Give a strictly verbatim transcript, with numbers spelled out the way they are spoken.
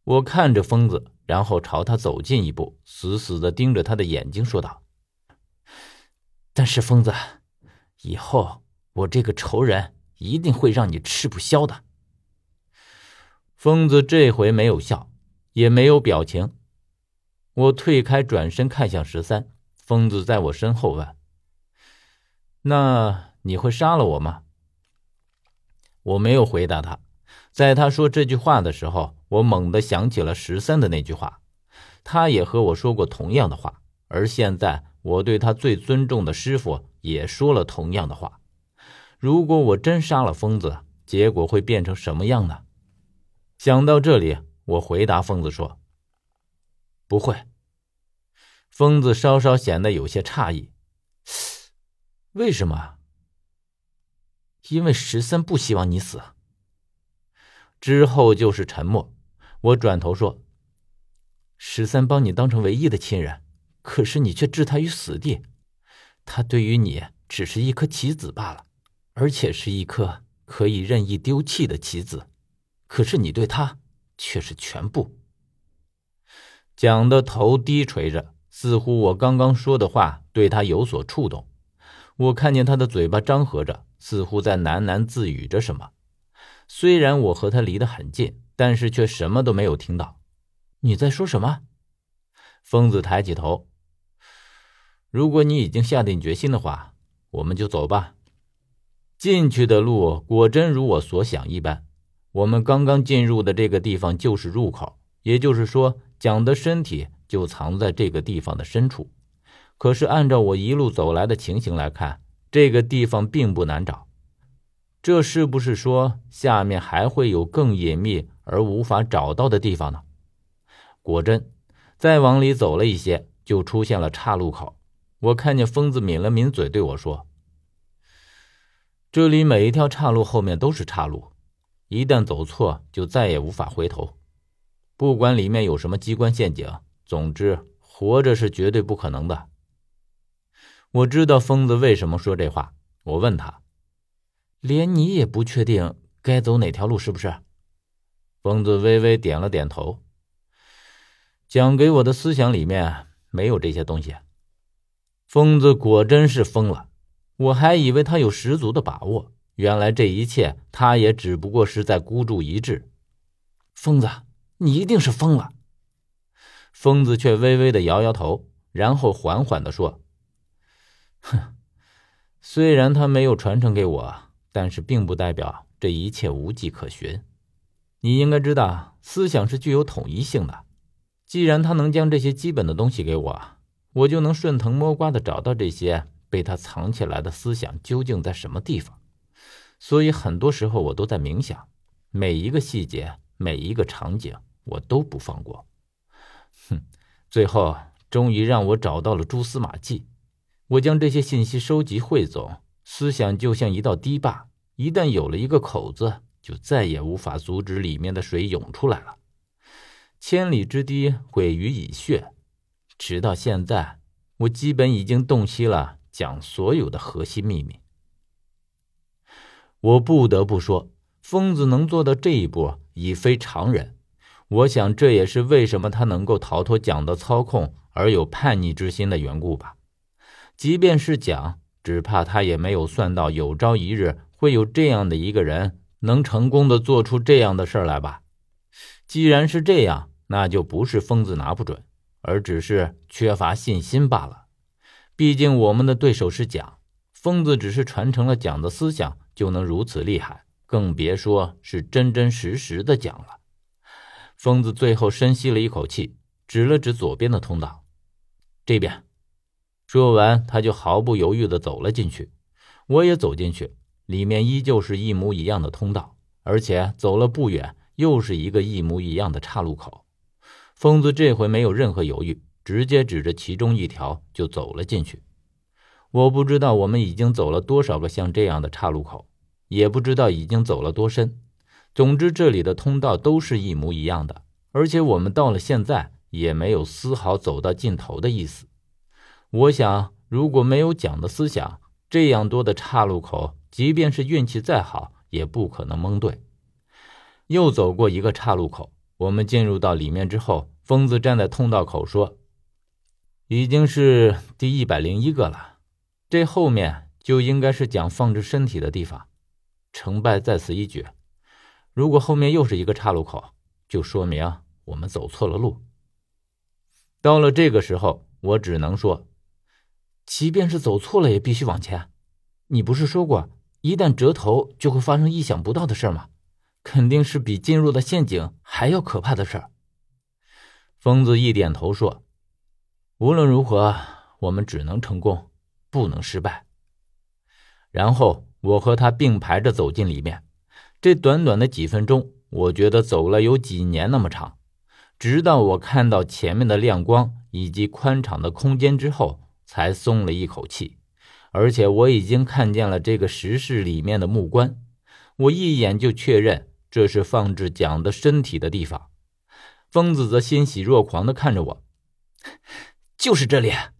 我看着疯子，然后朝他走近一步，死死地盯着他的眼睛说道：但是疯子，以后我这个仇人一定会让你吃不消的。疯子这回没有笑，也没有表情。我退开，转身看向十三，疯子在我身后问：那你会杀了我吗？我没有回答他。在他说这句话的时候，我猛地想起了十三的那句话，他也和我说过同样的话，而现在我对他最尊重的师傅也说了同样的话。如果我真杀了疯子，结果会变成什么样呢？想到这里，我回答疯子说：不会。疯子稍稍显得有些诧异：为什么？因为十三不希望你死。之后就是沉默。我转头说：十三帮你当成唯一的亲人，可是你却置他于死地。他对于你只是一颗棋子罢了，而且是一颗可以任意丢弃的棋子，可是你对他却是全部。讲的头低垂着，似乎我刚刚说的话对他有所触动。我看见他的嘴巴张合着，似乎在喃喃自语着什么。虽然我和他离得很近，但是却什么都没有听到。你在说什么？疯子抬起头。如果你已经下定决心的话，我们就走吧。进去的路果真如我所想一般，我们刚刚进入的这个地方就是入口，也就是说蒋的身体就藏在这个地方的深处。可是按照我一路走来的情形来看，这个地方并不难找。这是不是说下面还会有更隐秘而无法找到的地方呢？果真，再往里走了一些，就出现了岔路口。我看见疯子抿了抿嘴对我说：这里每一条岔路后面都是岔路，一旦走错就再也无法回头。不管里面有什么机关陷阱，总之活着是绝对不可能的。我知道疯子为什么说这话，我问他：连你也不确定该走哪条路是不是？疯子微微点了点头。讲给我的思想里面没有这些东西。疯子果真是疯了，我还以为他有十足的把握，原来这一切他也只不过是在孤注一掷。疯子，你一定是疯了。疯子却微微的摇摇头，然后缓缓地说：哼，虽然他没有传承给我，但是并不代表这一切无迹可寻。你应该知道，思想是具有统一性的。既然他能将这些基本的东西给我，我就能顺藤摸瓜地找到这些被他藏起来的思想究竟在什么地方。所以很多时候我都在冥想，每一个细节，每一个场景，我都不放过。哼，最后终于让我找到了蛛丝马迹。我将这些信息收集汇总，思想就像一道堤坝，一旦有了一个口子，就再也无法阻止里面的水涌出来了。千里之堤毁于蚁穴，直到现在，我基本已经洞悉了讲所有的核心秘密。我不得不说，疯子能做到这一步已非常人。我想这也是为什么他能够逃脱蒋的操控而有叛逆之心的缘故吧。即便是蒋，只怕他也没有算到有朝一日会有这样的一个人能成功的做出这样的事来吧。既然是这样，那就不是疯子拿不准，而只是缺乏信心罢了。毕竟我们的对手是蒋，疯子只是传承了蒋的思想就能如此厉害，更别说是真真实实的蒋了。疯子最后深吸了一口气，指了指左边的通道：这边。说完他就毫不犹豫地走了进去。我也走进去，里面依旧是一模一样的通道，而且走了不远又是一个一模一样的岔路口。疯子这回没有任何犹豫，直接指着其中一条就走了进去。我不知道我们已经走了多少个像这样的岔路口，也不知道已经走了多深。总之这里的通道都是一模一样的，而且我们到了现在也没有丝毫走到尽头的意思。我想如果没有蒋的思想，这样多的岔路口，即便是运气再好也不可能蒙对。又走过一个岔路口， 我们进入到里面之后，疯子站在通道口说：“已经是第一百零一个了，这后面就应该是讲放置身体的地方，成败在此一举。如果后面又是一个岔路口，就说明我们走错了路。”到了这个时候，我只能说，即便是走错了也必须往前。你不是说过，一旦折头就会发生意想不到的事吗？肯定是比进入的陷阱还要可怕的事儿。疯子一点头说：“无论如何，我们只能成功，不能失败。”然后我和他并排着走进里面。这短短的几分钟，我觉得走了有几年那么长。直到我看到前面的亮光以及宽敞的空间之后，才松了一口气。而且我已经看见了这个石室里面的木棺，我一眼就确认这是放置蒋的身体的地方。疯子则欣喜若狂地看着我：“就是这里。”